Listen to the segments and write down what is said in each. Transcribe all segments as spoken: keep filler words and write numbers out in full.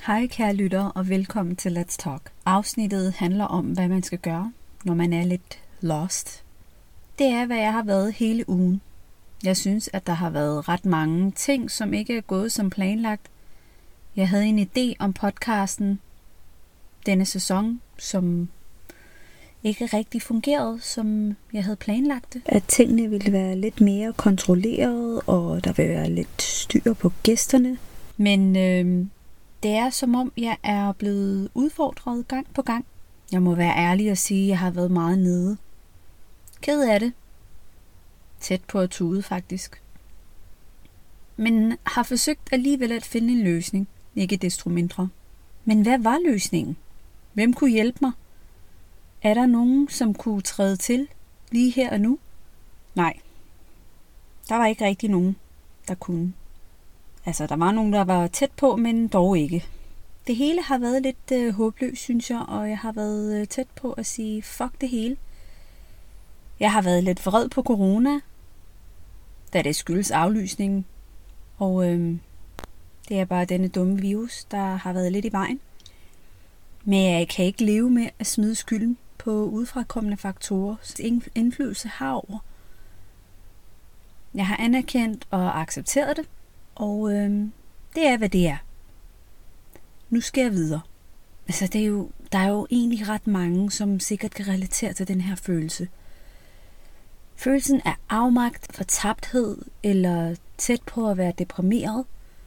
Hej kære lyttere og velkommen til Let's Talk. Afsnittet handler om, hvad man skal gøre, når man er lidt lost. Det er, hvad jeg har været hele ugen. Jeg synes, at der har været ret mange ting, som ikke er gået som planlagt. Jeg havde en idé om podcasten denne sæson, som ikke rigtig fungerede, som jeg havde planlagt det. At tingene ville være lidt mere kontrolleret, og der vil være lidt styr på gæsterne. Men øh, det er som om, jeg er blevet udfordret gang på gang. Jeg må være ærlig og sige, at jeg har været meget nede. Ked af det. Tæt på at tude faktisk. Men har forsøgt alligevel at finde en løsning. Ikke desto mindre. Men hvad var løsningen? Hvem kunne hjælpe mig? Er der nogen, som kunne træde til lige her og nu? Nej. Der var ikke rigtig nogen, der kunne. Altså, der var nogen, der var tæt på, men dog ikke. Det hele har været lidt øh, håbløst, synes jeg, og jeg har været øh, tæt på at sige, fuck det hele. Jeg har været lidt vred på corona, da det skyldes aflysningen. Og øh, det er bare denne dumme virus, der har været lidt i vejen. Men jeg kan ikke leve med at smide skylden på udefrakommende faktorer, så ingen indflydelse herover. Jeg har anerkendt og accepteret det, og øh, det er, hvad det er. Nu skal jeg videre. Altså, det er jo, der er jo egentlig ret mange, som sikkert kan relatere til den her følelse. Følelsen af afmagt, fortabthed eller tæt på at være deprimeret.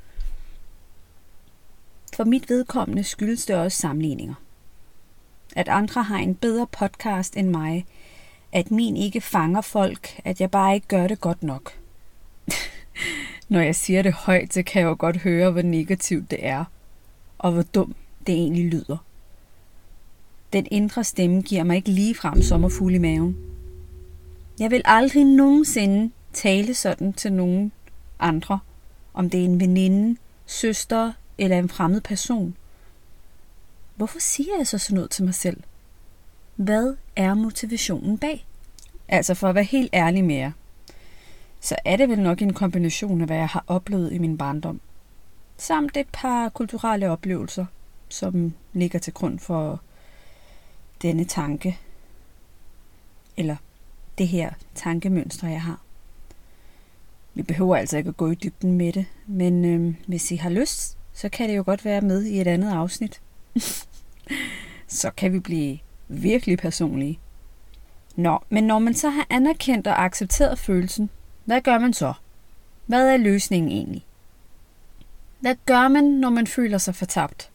For mit vedkommende skyldes det også sammenligninger. At andre har en bedre podcast end mig. At min ikke fanger folk. At jeg bare ikke gør det godt nok. Når jeg siger det højt, så kan jeg jo godt høre, hvor negativt det er. Og hvor dumt det egentlig lyder. Den indre stemme giver mig ikke ligefrem sommerfugle i maven. Jeg vil aldrig nogensinde tale sådan til nogen andre. Om det er en veninde, søster eller en fremmed person. Hvorfor siger jeg så sådan noget til mig selv? Hvad er motivationen bag? Altså for at være helt ærlig med jer, så er det vel nok en kombination af, hvad jeg har oplevet i min barndom. Samt et par kulturelle oplevelser, som ligger til grund for denne tanke. Eller det her tankemønster, jeg har. Vi behøver altså ikke at gå i dybden med det, men øh, hvis I har lyst, så kan det jo godt være med i et andet afsnit. Så kan vi blive virkelig personlige. Nå, men når man så har anerkendt og accepteret følelsen, hvad gør man så? Hvad er løsningen egentlig? Hvad gør man, når man føler sig fortabt?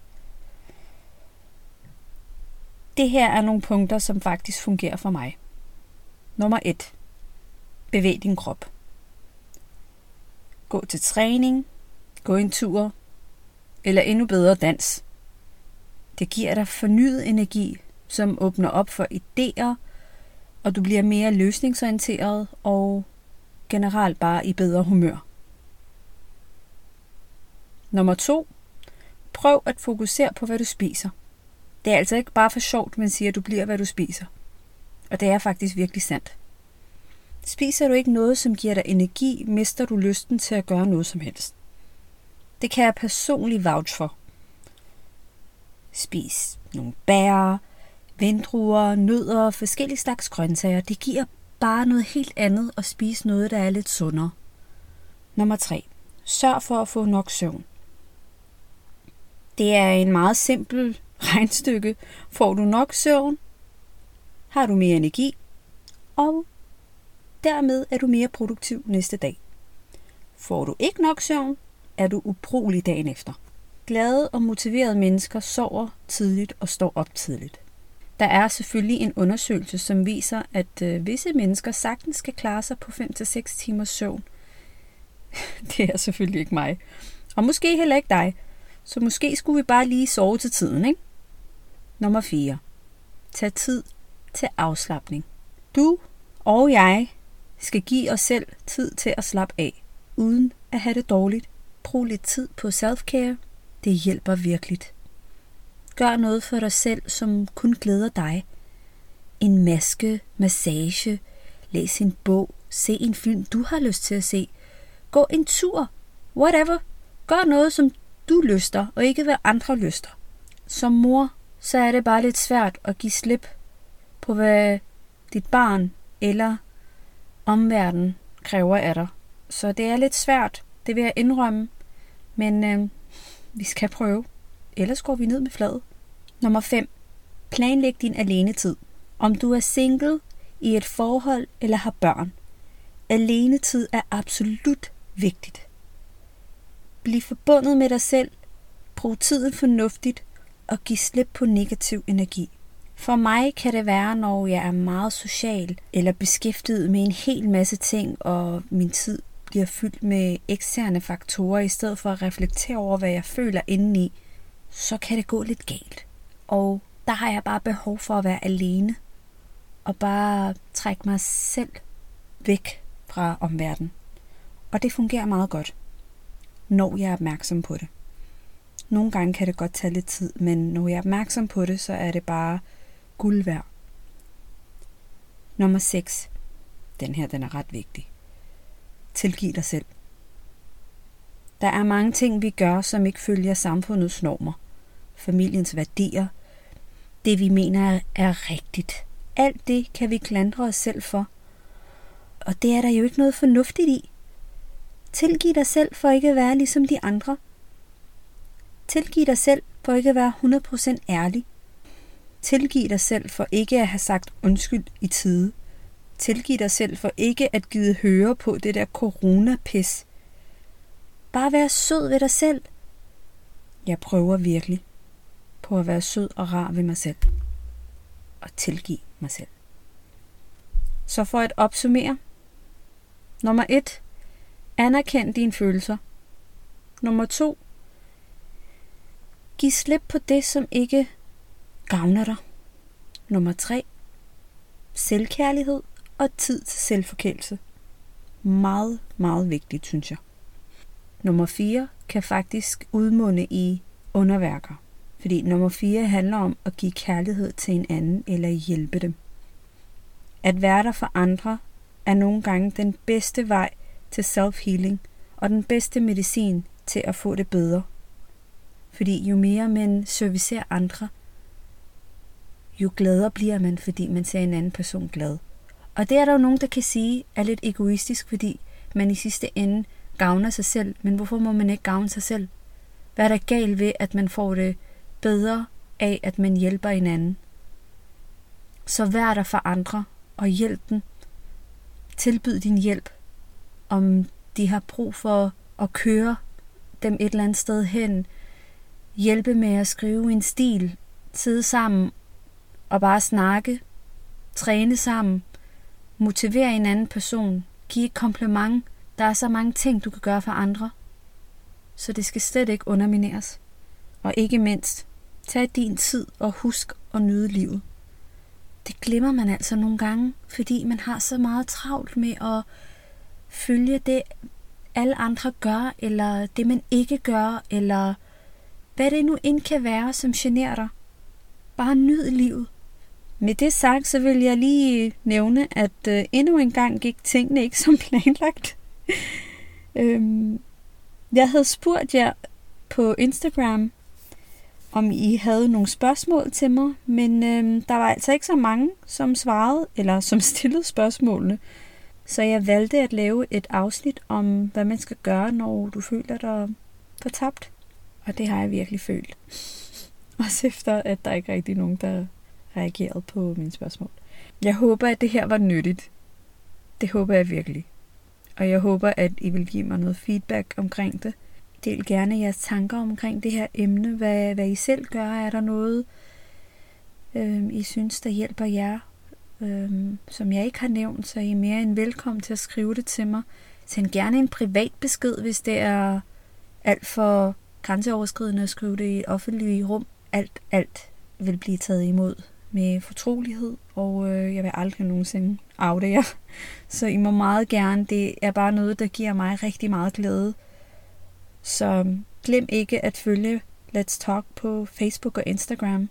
Det her er nogle punkter, som faktisk fungerer for mig. Nummer et. Bevæg din krop. Gå til træning, gå en tur, eller endnu bedre dans. Det giver dig fornyet energi, som åbner op for idéer, og du bliver mere løsningsorienteret og generelt bare i bedre humør. Nummer to. Prøv at fokusere på, hvad du spiser. Det er altså ikke bare for sjovt, man siger, at du bliver, hvad du spiser. Og det er faktisk virkelig sandt. Spiser du ikke noget, som giver dig energi, mister du lysten til at gøre noget som helst. Det kan jeg personligt vouch for. Spis nogle bær, vindruer, nødder og forskellige slags grøntsager. Det giver bare noget helt andet at spise noget, der er lidt sundere. Nummer tre. Sørg for at få nok søvn. Det er en meget simpel regnstykke. Får du nok søvn, har du mere energi, og dermed er du mere produktiv næste dag. Får du ikke nok søvn, er du ubrugelig dagen efter. Glade og motiverede mennesker sover tidligt og står op tidligt. Der er selvfølgelig en undersøgelse, som viser, at øh, visse mennesker sagtens skal klare sig på fem til seks timers søvn. Det er selvfølgelig ikke mig. Og måske heller ikke dig. Så måske skulle vi bare lige sove til tiden, ikke? Nummer fire. Tag tid til afslapning. Du og jeg skal give os selv tid til at slappe af, uden at have det dårligt. Brug lidt tid på self-care. Det hjælper virkelig. Gør noget for dig selv, som kun glæder dig. En maske, massage, læs en bog, se en film, du har lyst til at se. Gå en tur, whatever. Gør noget, som du lyster, og ikke hvad andre lyster. Som mor, så er det bare lidt svært at give slip på, hvad dit barn eller omverdenen kræver af dig. Så det er lidt svært, det vil jeg indrømme, men øh, vi skal prøve. Ellers går vi ned med fladet. Nummer fem. Planlæg din alenetid. Om du er single, i et forhold eller har børn. Alenetid er absolut vigtigt. Bliv forbundet med dig selv. Brug tiden fornuftigt og giv slip på negativ energi. For mig kan det være, når jeg er meget social eller beskæftiget med en hel masse ting, og min tid bliver fyldt med eksterne faktorer, i stedet for at reflektere over, hvad jeg føler indeni, så kan det gå lidt galt. Og der har jeg bare behov for at være alene og bare trække mig selv væk fra omverdenen. Og det fungerer meget godt, når jeg er opmærksom på det. Nogle gange kan det godt tage lidt tid, men når jeg er opmærksom på det, så er det bare guld værd. Nummer seks. Den her, den er ret vigtig. Tilgiv dig selv. Der er mange ting, vi gør, som ikke følger samfundets normer. Familiens værdier. Det, vi mener er rigtigt. Alt det kan vi klandre os selv for. Og det er der jo ikke noget fornuftigt i. Tilgiv dig selv for ikke at være ligesom de andre. Tilgiv dig selv for ikke at være hundrede procent ærlig. Tilgiv dig selv for ikke at have sagt undskyld i tide. Tilgiv dig selv for ikke at give høre på det der coronapis. Bare vær sød ved dig selv. Jeg prøver virkelig på at være sød og rar ved mig selv. Og tilgive mig selv. Så for at opsummere. Nummer et. Anerkend dine følelser. Nummer to. Giv slip på det, som ikke gavner dig. Nummer tre. Selvkærlighed og tid til selvforkælelse. Meget, meget vigtigt, synes jeg. Nummer fire kan faktisk udmunde i underværker. Fordi nummer fire handler om at give kærlighed til en anden eller hjælpe dem. At være der for andre er nogle gange den bedste vej til self-healing og den bedste medicin til at få det bedre. Fordi jo mere man servicerer andre, jo gladere bliver man, fordi man ser en anden person glad. Og det er der jo nogen, der kan sige er lidt egoistisk, fordi man i sidste ende gavner sig selv. Men hvorfor må man ikke gavne sig selv? Hvad er der galt ved, at man får det bedre af, at man hjælper hinanden? Så vær der for andre og hjælp dem. Tilbyd din hjælp, om de har brug for at køre dem et eller andet sted hen. Hjælpe med at skrive en stil. Sidde sammen og bare snakke. Træne sammen. Motivere en anden person. Giv et kompliment. Der er så mange ting, du kan gøre for andre. Så det skal slet ikke undermineres. Og ikke mindst, tag din tid og husk at nyde livet. Det glemmer man altså nogle gange, fordi man har så meget travlt med at følge det, alle andre gør, eller det, man ikke gør, eller hvad det nu end kan være, som generer dig. Bare nyd livet. Med det sagt, så vil jeg lige nævne, at øh, endnu en gang gik tingene ikke som planlagt. øhm, jeg havde spurgt jer på Instagram, om I havde nogle spørgsmål til mig, men øhm, der var altså ikke så mange, som svarede, eller som stillede spørgsmålene. Så jeg valgte at lave et afsnit om, hvad man skal gøre, når du føler dig fortabt. Og det har jeg virkelig følt. Også efter, at der ikke rigtig er nogen, der reagerede på mine spørgsmål. Jeg håber, at det her var nyttigt. Det håber jeg virkelig. Og jeg håber, at I vil give mig noget feedback omkring det. Del gerne jeres tanker omkring det her emne. Hvad, hvad I selv gør. Er der noget, øhm, I synes, der hjælper jer? Øhm, som jeg ikke har nævnt, så er I mere end velkommen til at skrive det til mig. Send gerne en privat besked, hvis det er alt for grænseoverskridende at skrive det i et offentligt rum. Alt, alt vil blive taget imod med fortrolighed, og øh, jeg vil aldrig nogensinde oute jer. Så I må meget gerne. Det er bare noget, der giver mig rigtig meget glæde. Så glem ikke at følge Let's Talk på Facebook og Instagram.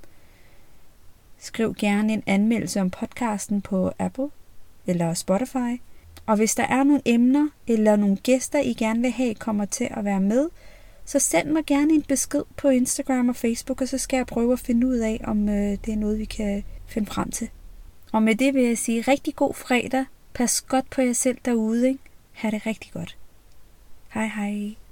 Skriv gerne en anmeldelse om podcasten på Apple eller Spotify. Og hvis der er nogle emner eller nogle gæster, I gerne vil have kommer til at være med, Så send mig gerne en besked på Instagram og Facebook, og så skal jeg prøve at finde ud af, om øh, det er noget, vi kan finde frem til. Og med det vil jeg sige rigtig god fredag. Pas godt på jer selv derude, ikke? Ha' det rigtig godt. Hej hej.